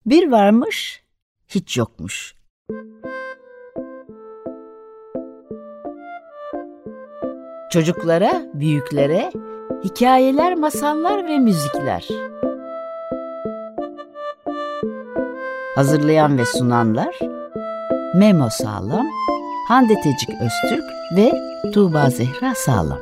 Bir varmış, hiç yokmuş. Çocuklara, büyüklere hikayeler, masallar ve müzikler. Hazırlayan ve sunanlar Memo Sağlam, Hande Tecik Öztürk ve Tuğba Zehra Sağlam.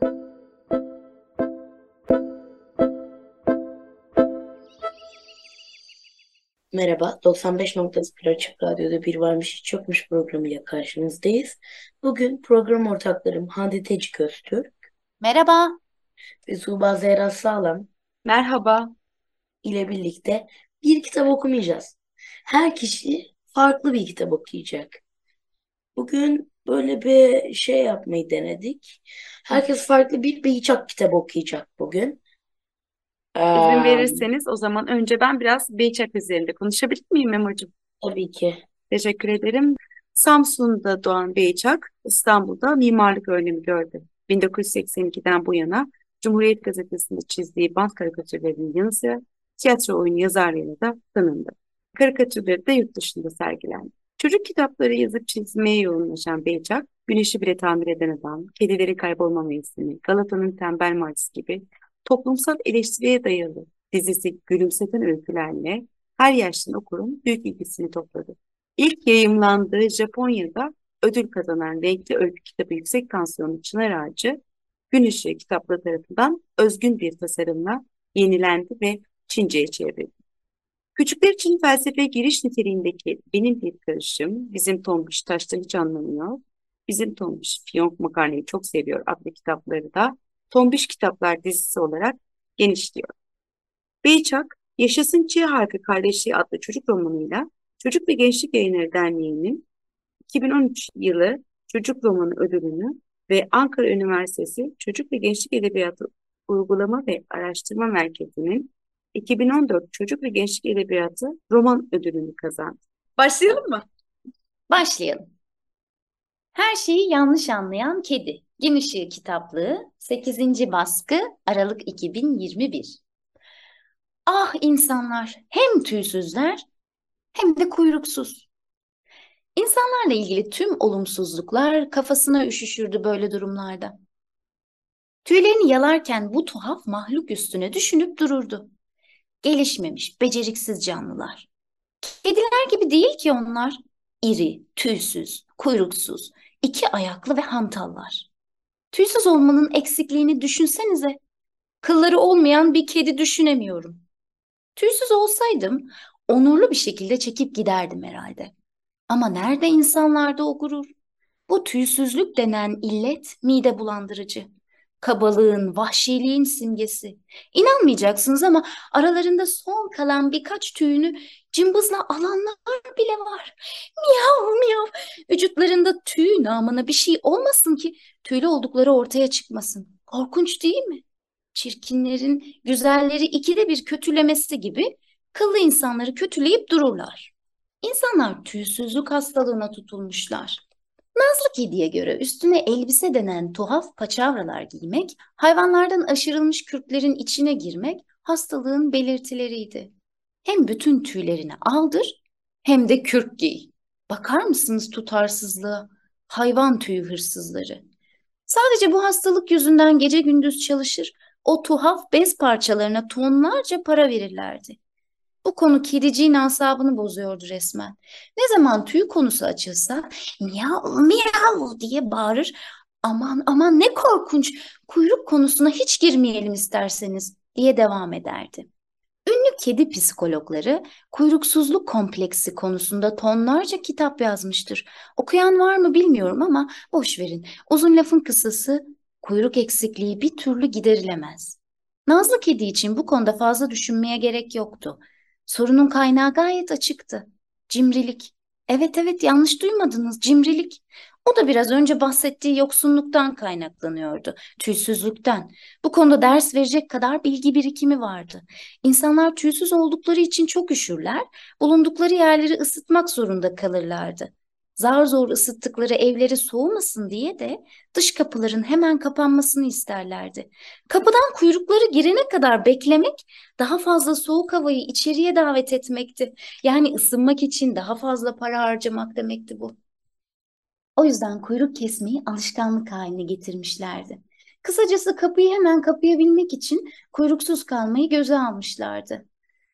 Merhaba, 95.0 Açık Radyo'da Bir Varmış Hiç Yokmuş programıyla karşınızdayız. Bugün program ortaklarım Hande Tecik Öztürk Merhaba. ve Tuğba Zehra Sağlam Merhaba. ile birlikte bir kitap okumayacağız. Her kişi farklı bir kitap okuyacak. Bugün böyle bir şey yapmayı denedik. Herkes farklı bir Beyçak kitabı okuyacak bugün. İzin Ee, verirseniz o zaman önce ben biraz Beyçak üzerinde konuşabilir miyim Memo'cum? tabii ki. Teşekkür ederim. Samsun'da doğan Beyçak, İstanbul'da mimarlık öğrenimi gördü. 1982'den bu yana Cumhuriyet Gazetesi'nde çizdiği bant karikatürlerinin yanı sıra tiyatro oyunu yazarlığıyla da tanındı. Karikatürleri de yurt dışında sergilendi. Çocuk kitapları yazıp çizmeye yoğunlaşan Beyçak, Güneşi Bile Tamir Eden Adam, Kedilerin Kaybolma Mevsimi, Galata'nın Tembel Martısı gibi toplumsal eleştiriye dayalı dizisi Gülümseten Öykülerle her yaştan okurun büyük ilgisini topladı. İlk yayımlandığı Japonya'da ödül kazanan renkli öykü kitabı Yüksek Tansiyonlu Çınar Ağacı, Gün Işığı kitapları tarafından özgün bir tasarımla yenilendi ve Çince'ye çevrildi. Küçükler için felsefe giriş niteliğindeki Benim Bir Karışım, Bizim Tombiş Taştan Hiç Anlamıyor, Bizim Tombiş Fiyonk Makarnayı Çok Seviyor adlı kitapları da Tombiş Kitaplar dizisi olarak genişliyor. Beyçak, Yaşasın Çığ Harfi Kardeşliği adlı çocuk romanıyla Çocuk ve Gençlik Yayınları Derneği'nin 2013 yılı çocuk romanı ödülünü ve Ankara Üniversitesi Çocuk ve Gençlik Edebiyatı Uygulama ve Araştırma Merkezi'nin 2014 Çocuk ve Gençlik Edebiyatı roman ödülünü kazandı. Başlayalım mı? Başlayalım. Her şeyi yanlış anlayan kedi. Gün Işığı kitaplığı 8. baskı Aralık 2021. Ah insanlar hem tüysüzler hem de kuyruksuz. İnsanlarla ilgili tüm olumsuzluklar kafasına üşüşürdü böyle durumlarda. Tüylerini yalarken bu tuhaf mahluk üstüne düşünüp dururdu. Gelişmemiş, beceriksiz canlılar. Kediler gibi değil ki onlar. İri, tüysüz, kuyruksuz, iki ayaklı ve hantallar. Tüysüz olmanın eksikliğini düşünsenize. Kılları olmayan bir kedi düşünemiyorum. Tüysüz olsaydım onurlu bir şekilde çekip giderdim herhalde. Ama nerede insanlarda o gurur? Bu tüysüzlük denen illet mide bulandırıcı. Kabalığın, vahşiliğin simgesi. İnanmayacaksınız ama aralarında son kalan birkaç tüyünü cımbızla alanlar bile var. Miyav miyav. Vücutlarında tüy namına bir şey olmasın ki tüylü oldukları ortaya çıkmasın. Korkunç değil mi? Çirkinlerin güzelleri ikide bir kötülemesi gibi kıllı insanları kötüleyip dururlar. İnsanlar tüysüzlük hastalığına tutulmuşlar. Nazlı kediye göre üstüne elbise denen tuhaf paçavralar giymek, hayvanlardan aşırılmış kürklerin içine girmek hastalığın belirtileriydi. Hem bütün tüylerini aldır hem de kürk giy. Bakar mısınız tutarsızlığa? Hayvan tüyü hırsızları. Sadece bu hastalık yüzünden gece gündüz çalışır, o tuhaf bez parçalarına tonlarca para verirlerdi. Bu konu kediciğin asabını bozuyordu resmen. Ne zaman tüy konusu açılsa miyav miyav diye bağırır. Aman aman ne korkunç, kuyruk konusuna hiç girmeyelim isterseniz diye devam ederdi. Ünlü kedi psikologları kuyruksuzluk kompleksi konusunda tonlarca kitap yazmıştır. Okuyan var mı bilmiyorum ama boş verin. Uzun lafın kısası kuyruk eksikliği bir türlü giderilemez. Nazlı kedi için bu konuda fazla düşünmeye gerek yoktu. Sorunun kaynağı gayet açıktı. Cimrilik. Evet evet yanlış duymadınız cimrilik. O da biraz önce bahsettiği yoksunluktan kaynaklanıyordu. Tüysüzlükten. Bu konuda ders verecek kadar bilgi birikimi vardı. İnsanlar tüysüz oldukları için çok üşürler, bulundukları yerleri ısıtmak zorunda kalırlardı. Zar zor ısıttıkları evleri soğumasın diye de dış kapıların hemen kapanmasını isterlerdi. Kapıdan kuyrukları girene kadar beklemek daha fazla soğuk havayı içeriye davet etmekti. Yani ısınmak için daha fazla para harcamak demekti bu. O yüzden kuyruk kesmeyi alışkanlık haline getirmişlerdi. Kısacası kapıyı hemen kapayabilmek için kuyruksuz kalmayı göze almışlardı.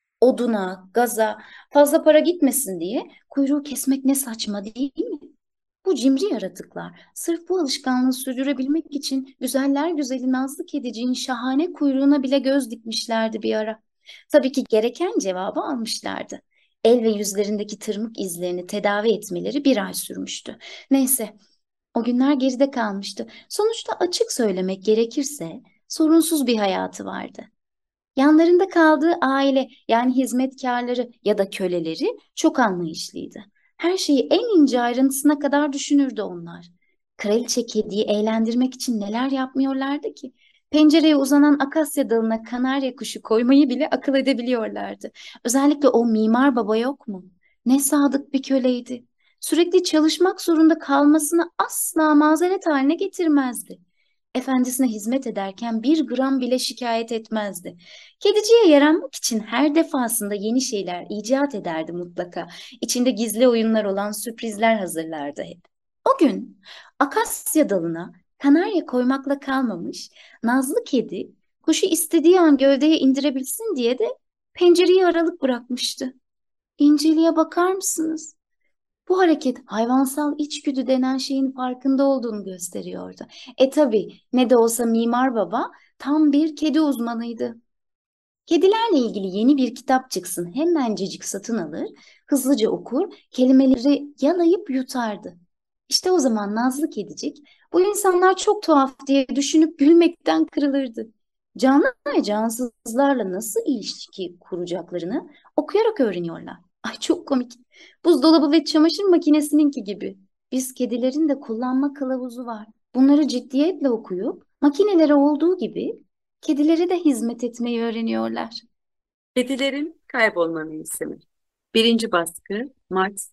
Oduna, gaza fazla para gitmesin diye kuyruğu kesmek ne saçma değil mi? Bu cimri yaratıklar sırf bu alışkanlığı sürdürebilmek için güzeller güzeli Nazlı Kediciğin şahane kuyruğuna bile göz dikmişlerdi bir ara. Tabii ki gereken cevabı almışlardı. El ve yüzlerindeki tırmık izlerini tedavi etmeleri bir ay sürmüştü. Neyse, o günler geride kalmıştı. Sonuçta açık söylemek gerekirse sorunsuz bir hayatı vardı. Yanlarında kaldığı aile yani hizmetkarları ya da köleleri çok anlayışlıydı. Her şeyi en ince ayrıntısına kadar düşünürdü onlar. Kraliçe kediyi eğlendirmek için neler yapmıyorlardı ki? Pencereye uzanan akasya dalına kanarya kuşu koymayı bile akıl edebiliyorlardı. Özellikle o mimar baba yok mu? Ne sadık bir köleydi. Sürekli çalışmak zorunda kalmasını asla mazeret haline getirmezdi. Efendisine hizmet ederken bir gram bile şikayet etmezdi. Kediciye yaranmak için her defasında yeni şeyler icat ederdi mutlaka. İçinde gizli oyunlar olan sürprizler hazırlardı hep. O gün akasya dalına kanarya koymakla kalmamış, Nazlı kedi kuşu istediği an gövdeye indirebilsin diye de pencereyi aralık bırakmıştı. İnceliğe bakar mısınız? Bu hareket hayvansal içgüdü denen şeyin farkında olduğunu gösteriyordu. Tabii ne de olsa Mimar Baba tam bir kedi uzmanıydı. Kedilerle ilgili yeni bir kitap çıksın hemencecik satın alır, hızlıca okur, kelimeleri yalayıp yutardı. İşte o zaman Nazlı Kedicik, bu insanlar çok tuhaf diye düşünüp gülmekten kırılırdı. Canlı ve cansızlarla nasıl ilişki kuracaklarını okuyarak öğreniyorlar. Ay çok komik. Buzdolabı ve çamaşır makinesininki gibi. Biz kedilerin de kullanma kılavuzu var. Bunları ciddiyetle okuyup makinelere olduğu gibi kedilere de hizmet etmeyi öğreniyorlar. Kedilerin Kaybolma Mevsimi. Birinci baskı Mart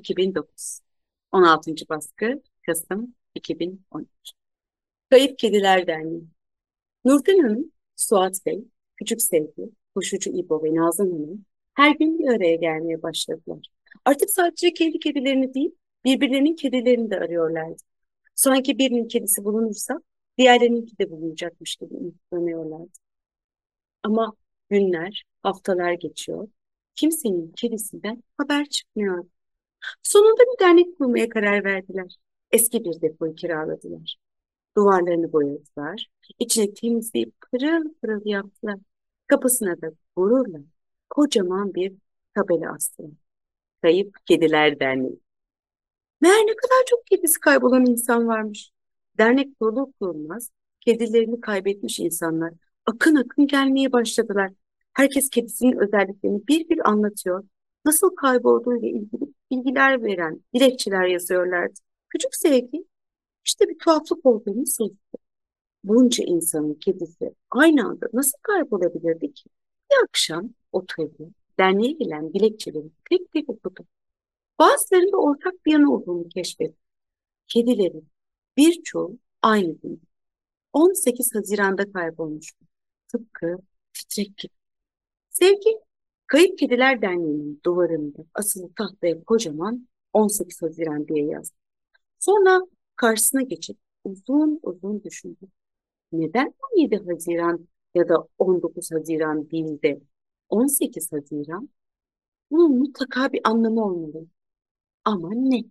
2009. 16. baskı Kasım 2013. Kayıp Kediler Derneği. Nurten Hanım, Suat Bey, Küçük Sevgi, Koşucu İbo ve Nazan Hanım her gün bir araya gelmeye başladılar. Artık sadece kendi kedilerini değil, birbirlerinin kedilerini de arıyorlardı. Sanki birinin kedisi bulunursa diğerlerininki de bulunacakmış gibi umutlanıyorlardı. Ama günler, haftalar geçiyor. Kimsenin kedisinden haber çıkmıyor. Sonunda bir dernek kurmaya karar verdiler. Eski bir depoyu kiraladılar. Duvarlarını boyadılar. İçini temizleyip pırıl pırıl yaptılar. Kapısına da gururla kocaman bir tabela astılar. Kayıp Kediler Derneği. Meğer ne kadar çok kedisi kaybolan insan varmış. Dernek kurulur kurulmaz kedilerini kaybetmiş insanlar akın akın gelmeye başladılar. Herkes kedisinin özelliklerini bir bir anlatıyor. Nasıl kaybolduğuyla ilgili bilgiler veren dilekçeler yazıyorlardı. Küçük Sevgi işte bir tuhaflık olduğunu sezdi. Bunca insanın kedisi aynı anda nasıl kaybolabilirdi ki? Bir akşam oturdu, derneğe gelen dilekçeleri tek tek okudu. Bazılarında ortak bir yanı olduğunu keşfetti. Kedilerin birçoğu aynı gün 18 Haziran'da kaybolmuştu. Tıpkı titrek gibi. Sevgi, Kayıp Kediler Derneği'nin duvarında asılı tahtaya kocaman 18 Haziran diye yazdı. Sonra karşısına geçip uzun uzun düşündü. Neden 17 Haziran ya da 19 Haziran değil de 18 Haziran? Bunun mutlaka bir anlamı olmalı. Ama ne?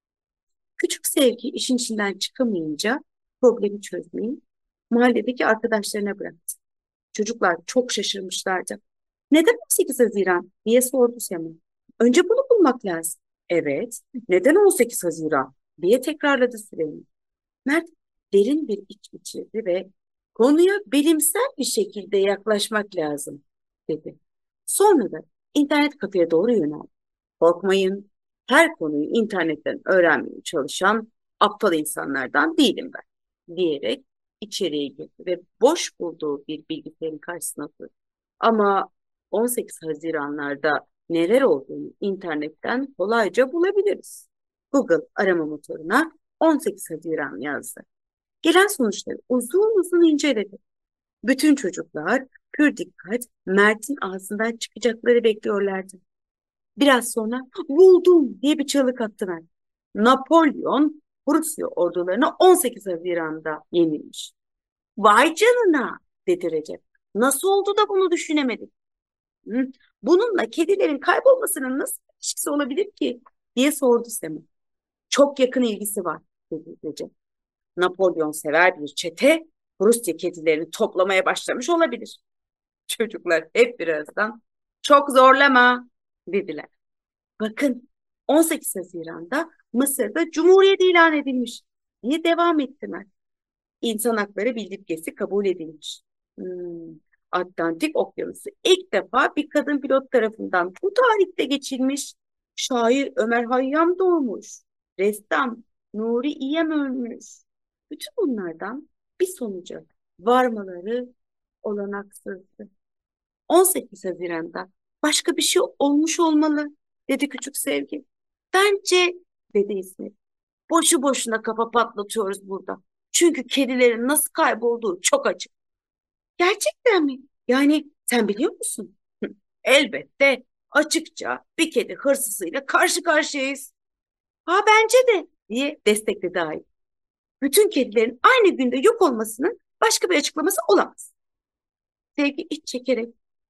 Küçük Sevgi işin içinden çıkamayınca problemi çözmeyi mahalledeki arkadaşlarına bıraktı. Çocuklar çok şaşırmışlardı. Neden 18 Haziran diye sordu Sema. Önce bunu bulmak lazım. Evet, neden 18 Haziran diye tekrarladı Süleyman. Mert derin bir iç geçirdi ve konuya bilimsel bir şekilde yaklaşmak lazım dedi. Sonra da internet kafeye doğru yöneldi. Korkmayın, her konuyu internetten öğrenmeye çalışan aptal insanlardan değilim ben diyerek içeriye girdi ve boş bulduğu bir bilgisayarın karşısına oturdu. Ama 18 Haziranlarda neler olduğunu internetten kolayca bulabiliriz. Google arama motoruna 18 Haziran yazdı. Gelen sonuçları uzun uzun inceledi. Bütün çocuklar pür dikkat Mert'in ağzından çıkacakları bekliyorlardı. Biraz sonra buldum diye bir çığlık attılar. Napolyon Prusya ordularına 18 Haziran'da yenilmiş. Vay canına dedi Recep. Nasıl oldu da bunu düşünemedik? Hı? Bununla kedilerin kaybolmasının nasıl bir ilişkisi olabilir ki? Diye sordu Sema. Çok yakın ilgisi var dedi Recep. Napolyon sever bir çete Prusya kedilerini toplamaya başlamış olabilir. Çocuklar hep birazdan çok zorlama dediler. Bakın 18 Haziran'da Mısır'da Cumhuriyet ilan edilmiş diye devam ettiler. İnsan hakları bildirgesi kabul edilmiş. Hmm. Atlantik Okyanusu ilk defa bir kadın pilot tarafından bu tarihte geçilmiş. Şair Ömer Hayyam doğmuş. Ressam Nuri İyem ölmüş. Bütün bunlardan bir sonuca varmaları olanaksızdı. 18 Haziran'da başka bir şey olmuş olmalı dedi küçük Sevgi. Bence dedi İsmet. Boşu boşuna kafa patlatıyoruz burada. Çünkü kedilerin nasıl kaybolduğu çok açık. Gerçekten mi? Yani sen biliyor musun? Elbette açıkça bir kedi hırsızıyla karşı karşıyayız. Ha bence de diye destekledi Ay. Bütün kedilerin aynı günde yok olmasının başka bir açıklaması olamaz. Sevgi iç çekerek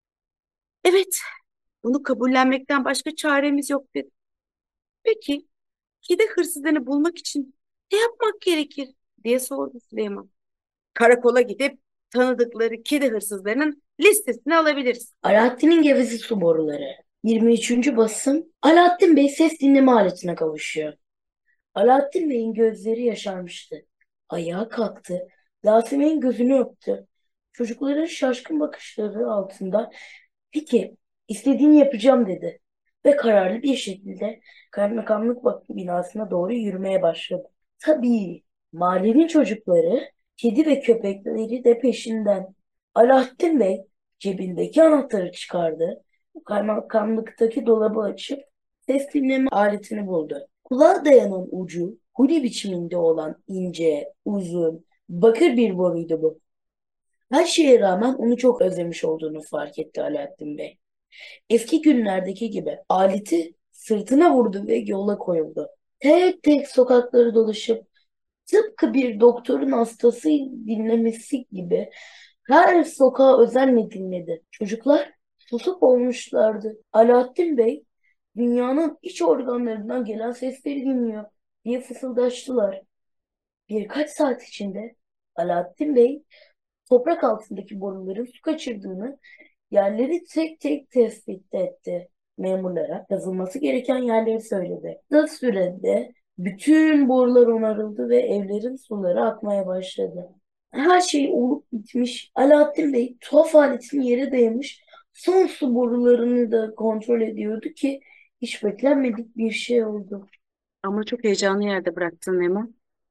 evet bunu kabullenmekten başka çaremiz yok dedi. Peki kedi hırsızlarını bulmak için ne yapmak gerekir diye sordu Süleyman. Karakola gidip tanıdıkları kedi hırsızlarının listesini alabiliriz. Alaaddin'in gevezi su boruları. 23. basım. Alaaddin Bey ses dinleme aletine kavuşuyor. Alaaddin Bey'in gözleri yaşarmıştı. Ayağa kalktı. Yasemin'in gözünü öptü. Çocukların şaşkın bakışları altında peki istediğini yapacağım dedi. Ve kararlı bir şekilde kaymakamlık binasına doğru yürümeye başladı. Tabii mahallenin çocukları, kedi ve köpekleri de peşinden. Alaaddin Bey cebindeki anahtarı çıkardı. Kaymakamlıktaki dolabı açıp ses dinleme aletini buldu. Kulağa dayanan ucu huni biçiminde olan ince, uzun, bakır bir boruydu bu. Her şeye rağmen onu çok özlemiş olduğunu fark etti Alaaddin Bey. Eski günlerdeki gibi aleti sırtına vurdu ve yola koyuldu. Tek tek sokakları dolaşıp tıpkı bir doktorun hastası dinlemesi gibi her sokağa özenle dinledi. Çocuklar susuk olmuşlardı. Alaaddin Bey dünyanın iç organlarından gelen sesleri dinliyor diye fısıldaştılar. Birkaç saat içinde Alaaddin Bey toprak altındaki boruların su kaçırdığını, yerleri tek tek tespit etti. Memurlara kazılması gereken yerleri söyledi. Kısa sürede bütün borular onarıldı ve evlerin suları akmaya başladı. Her şey olup bitmiş. Alaaddin Bey tuhaf aletin yere dayamış son su borularını da kontrol ediyordu ki hiç beklenmedik bir şey oldu. Ama çok heyecanlı yerde bıraktın Memo.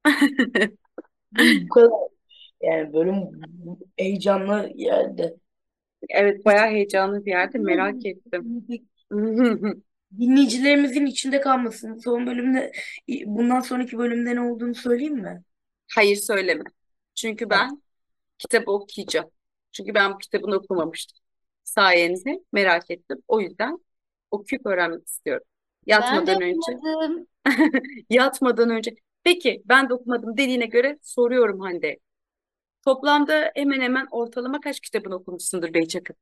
Bu kadar. Yani bölüm heyecanlı yerde. Evet, bayağı heyecanlı bir yerde, merak ettim. Dinleyicilerimizin içinde kalmasın. Son bölümde, bundan sonraki bölümde ne olduğunu söyleyeyim mi? Hayır söyleme. Çünkü ben kitabı okuyacağım. Çünkü ben bu kitabını okumamıştım. Sayenizi merak ettim. O yüzden okuyup öğrenmek istiyorum. Ben de Yatmadan önce. okumadım. Yatmadan önce. Peki ben de okumadım dediğine göre soruyorum Hande. Toplamda hemen hemen ortalama kaç kitabını okumuşsundur Beyçakın?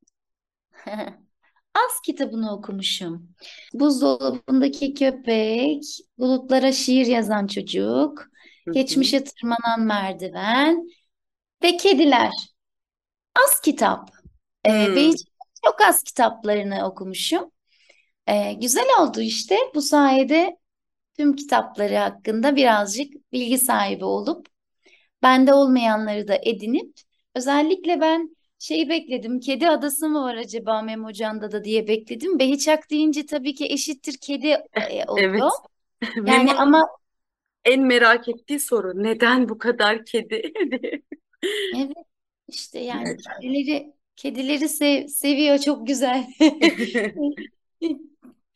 Az kitabını okumuşum. Buzdolabındaki köpek, bulutlara şiir yazan çocuk, Hı hı. geçmişe tırmanan merdiven ve kediler. Az kitap. Hmm. Beyciğim çok az kitaplarını okumuşum. Güzel oldu işte. Bu sayede tüm kitapları hakkında birazcık bilgi sahibi olup bende olmayanları da edinip özellikle ben şeyi bekledim. Kedi adası mı var acaba Memocan'da da diye bekledim. Behiçak deyince tabii ki eşittir kedi Evet. oluyor. Yani Memo'nun ama en merak ettiği soru neden bu kadar kedi? evet işte yani kedileri seviyor çok güzel.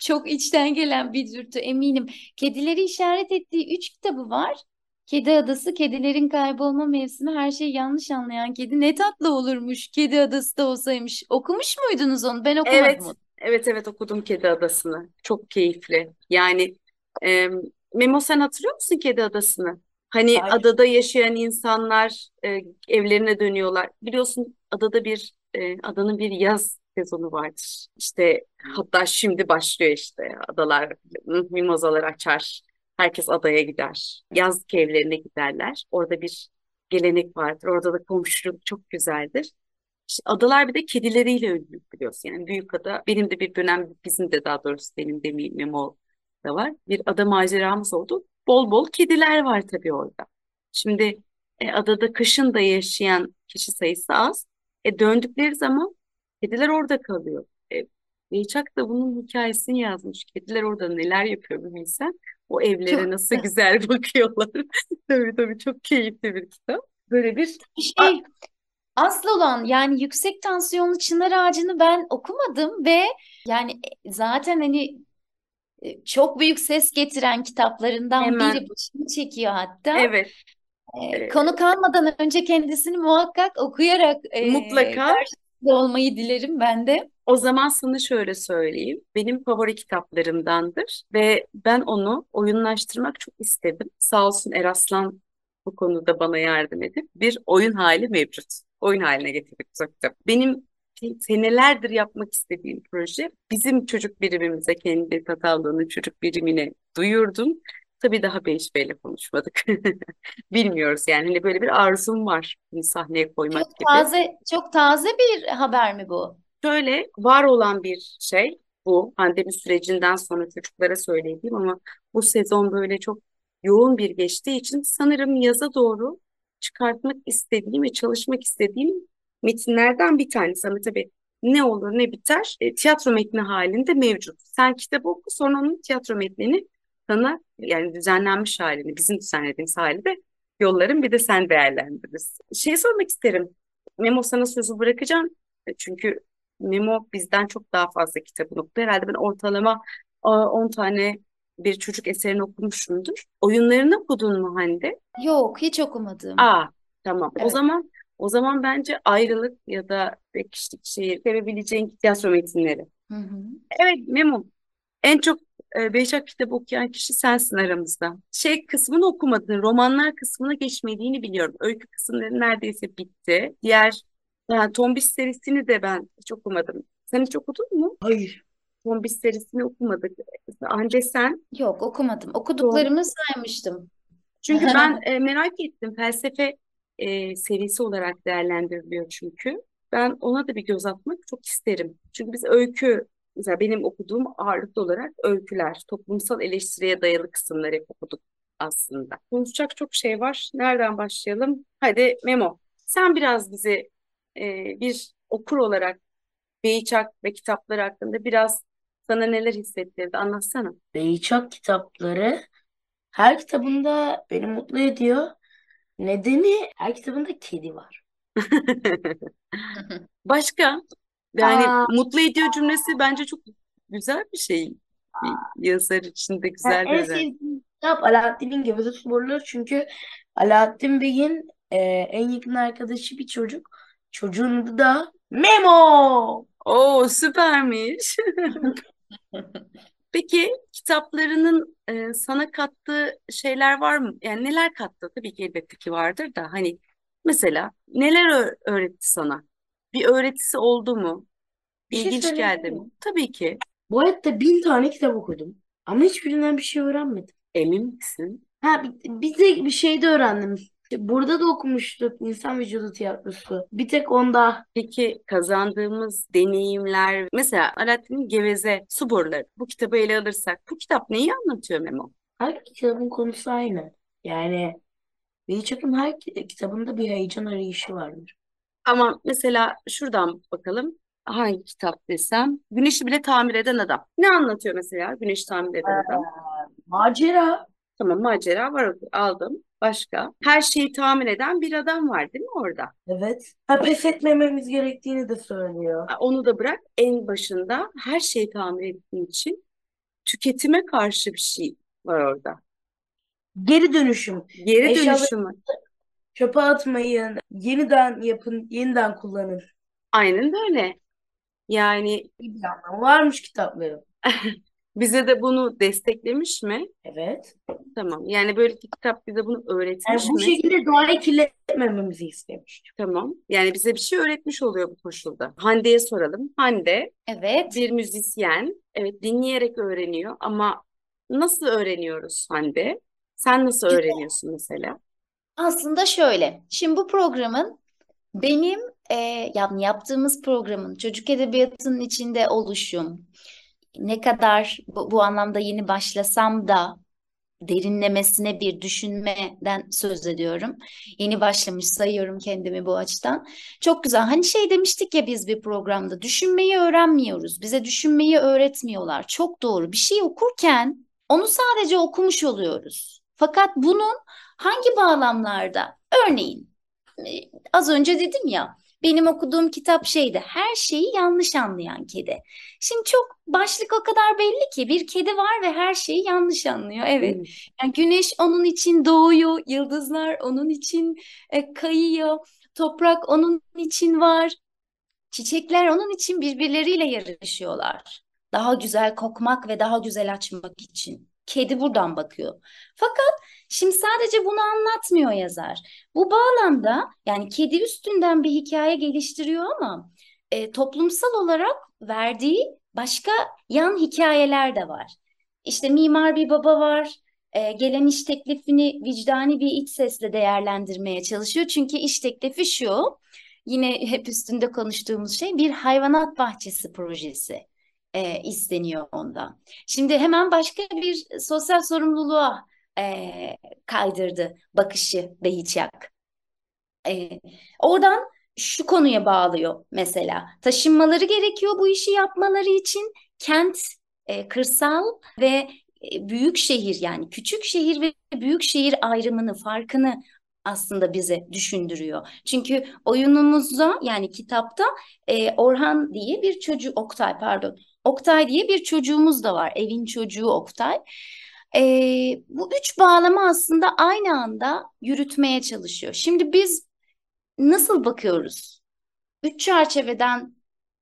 Çok içten gelen bir dürtü eminim. Kedileri işaret ettiği 3 kitabı var. Kedi Adası, Kedilerin Kaybolma Mevsimi, Her Şeyi Yanlış Anlayan Kedi. Ne tatlı olurmuş Kedi Adası da olsaymış. Okumuş muydunuz onu? Ben okumadım Evet, onu. evet okudum Kedi Adası'nı. Çok keyifli. Yani e, Memo, sen hatırlıyor musun Kedi Adası'nı? Hani Ay, adada yaşayan insanlar evlerine dönüyorlar. Biliyorsun adada adanın bir yaz sezonu vardır. İşte hatta şimdi başlıyor işte adalar, mimozalar açar. Herkes adaya gider. Yazlık evlerine giderler. Orada bir gelenek vardır. Orada da komşuluk çok güzeldir. İşte adalar bir de kedileriyle ünlü biliyorsun. Yani Büyükada benim de bir dönem, bizim de daha doğrusu benim demeyeyim, Memo da var. Bir ada maceramız oldu. Bol bol kediler var tabii orada. Şimdi adada kışın da yaşayan kişi sayısı az. Döndükleri zaman kediler orada kalıyor. Beyçak da bunun hikayesini yazmış. Kediler orada neler yapıyor bir bilsen. O evlere Çok nasıl güzel bakıyorlar. Tabii çok keyifli bir kitap. Böyle bir bir şey. Asıl olan yani yüksek tansiyonlu çınar ağacını ben okumadım ve yani zaten hani çok büyük ses getiren kitaplarından hemen biri, başını çekiyor hatta. evet. Ee, Konu kalmadan önce kendisini muhakkak okuyarak mutlaka. karşınızda olmayı dilerim ben de. O zaman sana şöyle söyleyeyim. Benim favori kitaplarımdandır ve ben onu oyunlaştırmak çok istedim. Sağ olsun Eraslan bu konuda bana yardım edip bir oyun hali mevcut. Oyun haline getirdik bu kitap. Benim senelerdir yapmak istediğim proje. Bizim çocuk birimimize, kendi Tatavla'nın çocuk birimine duyurdum. Tabii daha Beyşbey'le konuşmadık. Bilmiyoruz yani. Hani böyle bir arzum var bunu sahneye koymak Çok gibi. taze, çok taze bir haber mi bu? Şöyle var olan bir şey bu pandemi sürecinden sonra çocuklara söylediğim ama bu sezon böyle çok yoğun bir geçtiği için sanırım yaza doğru çıkartmak istediğim ve çalışmak istediğim metinlerden bir tanesi. Ama tabii ne olur ne biter tiyatro metni halinde mevcut. Sen kitabı oku, sonra onun tiyatro metnini sana, yani düzenlenmiş halini, bizim düzenlediğimiz hali de yollarım, bir de sen değerlendirirsin. Şey sormak isterim. Memo, sana sözü bırakacağım. Çünkü Memo bizden çok daha fazla kitap okudu. Herhalde ben ortalama 10 tane bir çocuk eserini okumuşumdur. Oyunlarını okudun mu Hande? Yok, hiç okumadım. Aa, tamam. O Evet. zaman o zaman bence Ayrılık ya da Tek Kişilik Şehir sevebileceğin tiyatro metinleri. Hı hı. Evet Memo, en çok Behçet kitabı okuyan kişi sensin aramızda. Şey kısmını okumadın, romanlar kısmına geçmediğini biliyorum. Öykü kısımları neredeyse bitti. Yani Tombiş serisini de ben hiç okumadım. Sen hiç okudun mu? hayır. Tombiş serisini okumadık. Hande sen. Yok, okumadım. Doğru. Okuduklarımı saymıştım. Çünkü ben merak ettim. Felsefe serisi olarak değerlendiriliyor çünkü. Ben ona da bir göz atmak çok isterim. Çünkü biz öykü, mesela benim okuduğum ağırlıklı olarak öyküler, toplumsal eleştiriye dayalı kısımları hep okuduk aslında. Konuşacak çok şey var. Nereden başlayalım? Hadi Memo, sen biraz bize bir okur olarak Beyçak ve kitapları hakkında biraz sana neler hissettirdi anlatsana. Beyçak kitapları her kitabında beni mutlu ediyor. Nedeni her kitabında kedi var. Başka? Yani Aa, mutlu ediyor cümlesi bence çok güzel bir şey. Bir yazar için de yani güzel bir en özellik. sevdiğim kitap Alaaddin'in Geveze Sporları. Çünkü Alaaddin Bey'in en yakın arkadaşı bir çocuk. Çocuğun adı da Memo. Oo, süpermiş. Peki kitaplarının sana kattığı şeyler var mı? Yani neler kattı? Tabii ki elbette ki vardır da hani mesela neler öğretti sana? Bir öğretisi oldu mu? Bir şey İlginç söyleyebilir geldi mi? miyim? Tabii ki. Bu hayatta 1000 tane kitap okudum. Ama hiçbirinden bir şey öğrenmedim. Emin misin? Ha bir tek bir şey de öğrendim. İşte burada da okumuştuk insan vücudu tiyatrosu. Bir tek onda. Peki kazandığımız deneyimler, mesela Alaaddin'in Geveze Su Boruları, bu kitabı ele alırsak, bu kitap neyi anlatıyor Memo? Her kitabın konusu aynı. Yani Beyiçak'ın her kitabında bir heyecan arayışı vardır. Ama mesela şuradan bakalım, hangi kitap desem, Güneşi Bile Tamir Eden Adam. Ne anlatıyor mesela Güneşi Tamir Eden Adam? Macera. Tamam, macera var, aldım. Başka? Her şeyi tamir eden bir adam var değil mi orada? Evet. Ha, pes etmememiz gerektiğini de söylüyor. Onu da bırak, en başında her şeyi tamir ettiğin için tüketime karşı bir şey var orada. Geri dönüşüm. Geri Eşyaları dönüşümü. çöpe atmayın. Yeniden yapın. Yeniden kullanın. Aynen böyle. Yani İyi bir anlamı varmış kitapların. bize de bunu desteklemiş mi? Evet. Tamam. Yani böyle bir kitap bize bunu Yani öğretmiş bu mi? şekilde doğayı kirletmememizi istemiş. Tamam. Yani bize bir şey öğretmiş oluyor bu koşulda. Hande'ye soralım. Hande Evet. bir müzisyen. Evet, dinleyerek öğreniyor ama nasıl öğreniyoruz Hande? Sen nasıl öğreniyorsun mesela? Aslında şöyle. Şimdi bu programın benim e, yaptığımız programın çocuk edebiyatının içinde oluşum, ne kadar bu anlamda yeni başlasam da derinlemesine bir düşünmeden söz ediyorum. Yeni başlamış sayıyorum kendimi bu açıdan. Çok güzel. Hani şey demiştik ya biz bir programda düşünmeyi öğrenmiyoruz. Bize düşünmeyi öğretmiyorlar. Çok doğru. Bir şey okurken onu sadece okumuş oluyoruz. Fakat bunun hangi bağlamlarda? Örneğin az önce dedim ya benim okuduğum kitap şeydi. Her şeyi yanlış anlayan kedi. Şimdi çok başlık o kadar belli ki bir kedi var ve her şeyi yanlış anlıyor. Evet. Evet. Yani güneş onun için doğuyor, yıldızlar onun için kayıyor, toprak onun için var, çiçekler onun için birbirleriyle yarışıyorlar. Daha güzel kokmak ve daha güzel açmak için. Kedi buradan bakıyor. Fakat şimdi sadece bunu anlatmıyor yazar. Bu bağlamda yani kedi üstünden bir hikaye geliştiriyor ama toplumsal olarak verdiği başka yan hikayeler de var. İşte mimar bir baba var. Gelen iş teklifini vicdani bir iç sesle değerlendirmeye çalışıyor. Çünkü iş teklifi şu, yine hep üstünde konuştuğumuz şey bir hayvanat bahçesi projesi isteniyor ondan. Şimdi hemen başka bir sosyal sorumluluğa kaydırdı bakışı Behiçyak. E, Oradan şu konuya bağlıyor mesela. Taşınmaları gerekiyor bu işi yapmaları için. Kent, kırsal ve büyük şehir yani küçük şehir ve büyük şehir ayrımını, farkını aslında bize düşündürüyor. Çünkü oyunumuzda yani kitapta Orhan diye bir çocuğu, Oktay pardon, Oktay diye bir çocuğumuz da var. Evin çocuğu Oktay. Bu üç bağlamı aslında aynı anda yürütmeye çalışıyor. Şimdi biz nasıl bakıyoruz? Üç çerçeveden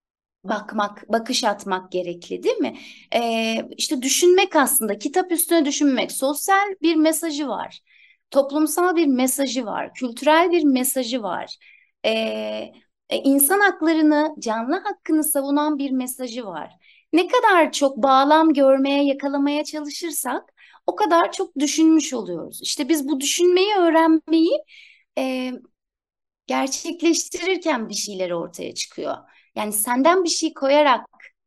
bakış atmak gerekli, değil mi? İşte düşünmek aslında, kitap üstüne düşünmek. Sosyal bir mesajı var, toplumsal bir mesajı var, kültürel bir mesajı var. Ee, insan haklarını, canlı hakkını savunan bir mesajı var. Ne kadar çok bağlam görmeye, yakalamaya çalışırsak, o kadar çok düşünmüş oluyoruz. İşte biz bu düşünmeyi öğrenmeyi e, gerçekleştirirken bir şeyler ortaya çıkıyor. Yani senden bir şey koyarak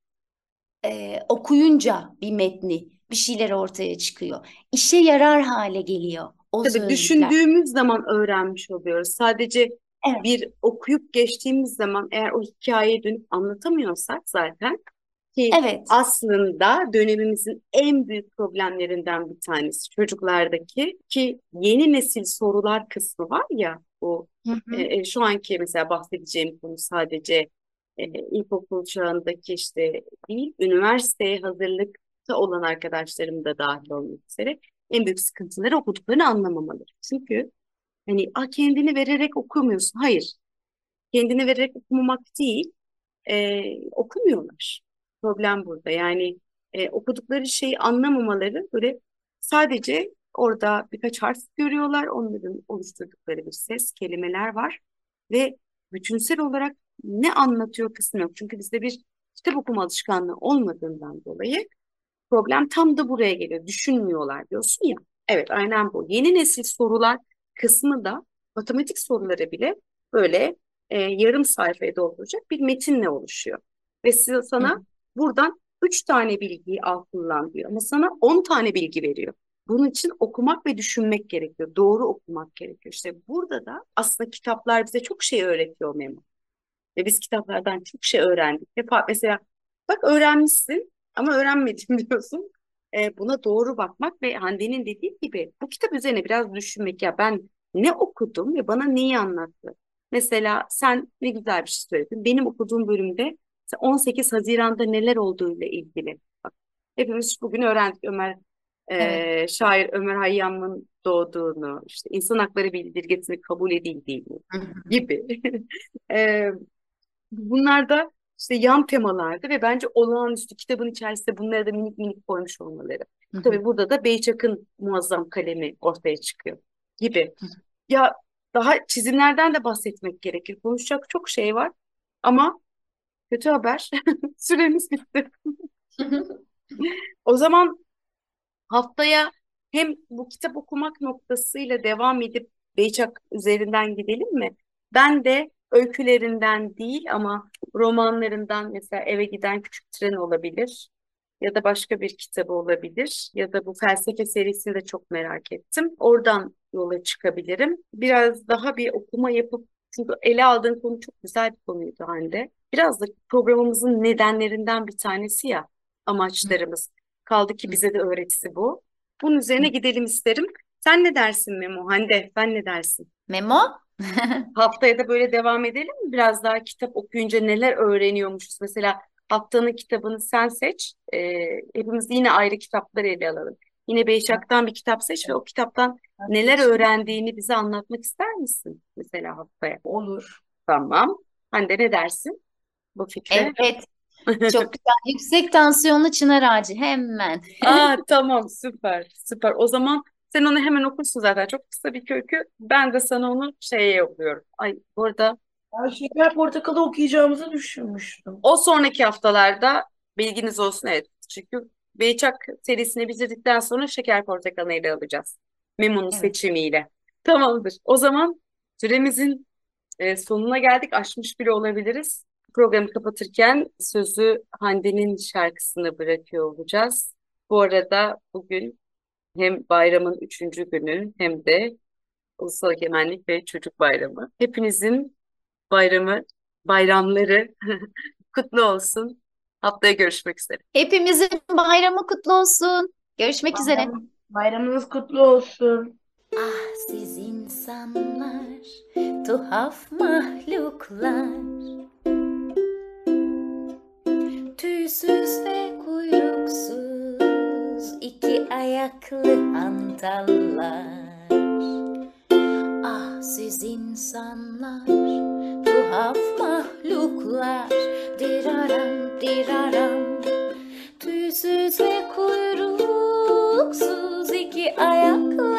okuyunca bir metni bir şeyler ortaya çıkıyor. İşe yarar hale geliyor o Tabii sözcükler. düşündüğümüz zaman öğrenmiş oluyoruz. Sadece Evet, bir okuyup geçtiğimiz zaman eğer o hikayeyi dönüp anlatamıyorsak zaten ki evet. aslında dönemimizin en büyük problemlerinden bir tanesi çocuklardaki ki yeni nesil sorular kısmı var ya bu Hı hı. şu anki mesela bahsedeceğim konu sadece ilkokul çağındaki işte değil üniversiteye hazırlıkta olan arkadaşlarım da dahil olmak üzere en büyük sıkıntıları okuduklarını anlamamaları. Çünkü hani kendini vererek okumuyorsun. Hayır, kendini vererek okumamak değil, okumuyorlar. Problem burada. Yani okudukları şeyi anlamamaları böyle sadece orada birkaç harf görüyorlar. Onların oluşturdukları bir ses, kelimeler var ve bütünsel olarak ne anlatıyor kısmı yok. Çünkü bizde bir kitap okuma alışkanlığı olmadığından dolayı problem tam da buraya geliyor. Düşünmüyorlar diyorsun ya. Evet, aynen bu. Yeni nesil sorular kısmı da matematik soruları bile böyle yarım sayfayı dolduracak bir metinle oluşuyor. Ve Hı sana buradan 3 tane bilgiyi al kullan diyor. Ama sana 10 tane bilgi veriyor. Bunun için okumak ve düşünmek gerekiyor. Doğru okumak gerekiyor. İşte burada da aslında kitaplar bize çok şey öğretiyor Memo. Ve biz kitaplardan çok şey öğrendik. Mesela bak öğrenmişsin ama öğrenmedim diyorsun. Buna doğru bakmak ve Hande'nin dediği gibi bu kitap üzerine biraz düşünmek ya ben ne okudum ve bana neyi anlattı? Mesela sen ne güzel bir şey söyledin. Benim okuduğum bölümde mesela 18 Haziran'da neler olduğuyla ilgili. Bak, Hepimiz bugün öğrendik Evet. şair Ömer Hayyam'ın doğduğunu, işte insan hakları bildirgesini kabul edildiğini Hı hı. gibi. E, Bunlar da işte yan temalardı ve bence olağanüstü kitabın içerisinde bunları da minik minik koymuş olmaları. Hı hı. Tabii burada da Beyçak'ın muazzam kalemi ortaya çıkıyor gibi. Ya daha çizimlerden de bahsetmek gerekir. Konuşacak çok şey var ama kötü haber süremiz bitti. O zaman haftaya hem bu kitap okumak noktasıyla devam edip Beyçak üzerinden gidelim mi? Ben de öykülerinden değil ama romanlarından mesela Eve Giden Küçük Tren olabilir ya da başka bir kitabı olabilir ya da bu felsefe serisini de çok merak ettim. Oradan yola çıkabilirim. Biraz daha bir okuma yapıp çünkü ele aldığın konu çok güzel bir konuydu Hande. Biraz da programımızın nedenlerinden bir tanesi ya amaçlarımız. Kaldı ki bize de öğretisi bu. Bunun üzerine gidelim isterim. Sen ne dersin Memo? Hande, sen ne dersin? Memo? Haftaya da böyle devam edelim mi? Biraz daha kitap okuyunca neler öğreniyormuşuz? Mesela haftanın kitabını sen seç. Hepimiz yine ayrı kitaplar ele alalım. Yine Beyşak'tan bir kitap seç ve o kitaptan neler öğrendiğini bize anlatmak ister misin? Mesela haftaya. Olur. Tamam. Hande ne dersin bu fikre? Evet. Çok güzel. Yüksek tansiyonlu çınar ağacı. Hemen. Aa tamam süper süper. O zaman sen onu hemen okursun zaten. Çok kısa bir kökü. Ben de sana onu şeye yolluyorum. Ay bu arada Ben Şeker Portakal'ı okuyacağımızı düşünmüştüm. o sonraki haftalarda bilginiz olsun evet. Çünkü Beyçak serisini bitirdikten sonra Şeker Portakalı'nı ele alacağız. Memo'nun Evet. seçimiyle. Tamamdır. O zaman süremizin sonuna geldik. Aşmış bile olabiliriz. Programı kapatırken sözü Hande'nin şarkısını bırakıyor olacağız. Bu arada bugün hem bayramın 3. günü hem de Ulusal Egemenlik ve Çocuk Bayramı. Hepinizin bayramları kutlu olsun. Haftaya görüşmek üzere. Hepimizin bayramı kutlu olsun. Görüşmek üzere. Bayramınız kutlu olsun. Ah siz insanlar, tuhaf mahluklar, tüysüz ve kuyruksuz, iki ayaklı hantallar. Ah siz insanlar, tuhaf mahluklar, diraram diraram, tüysüz ve kuyruksuz, iki ayaklı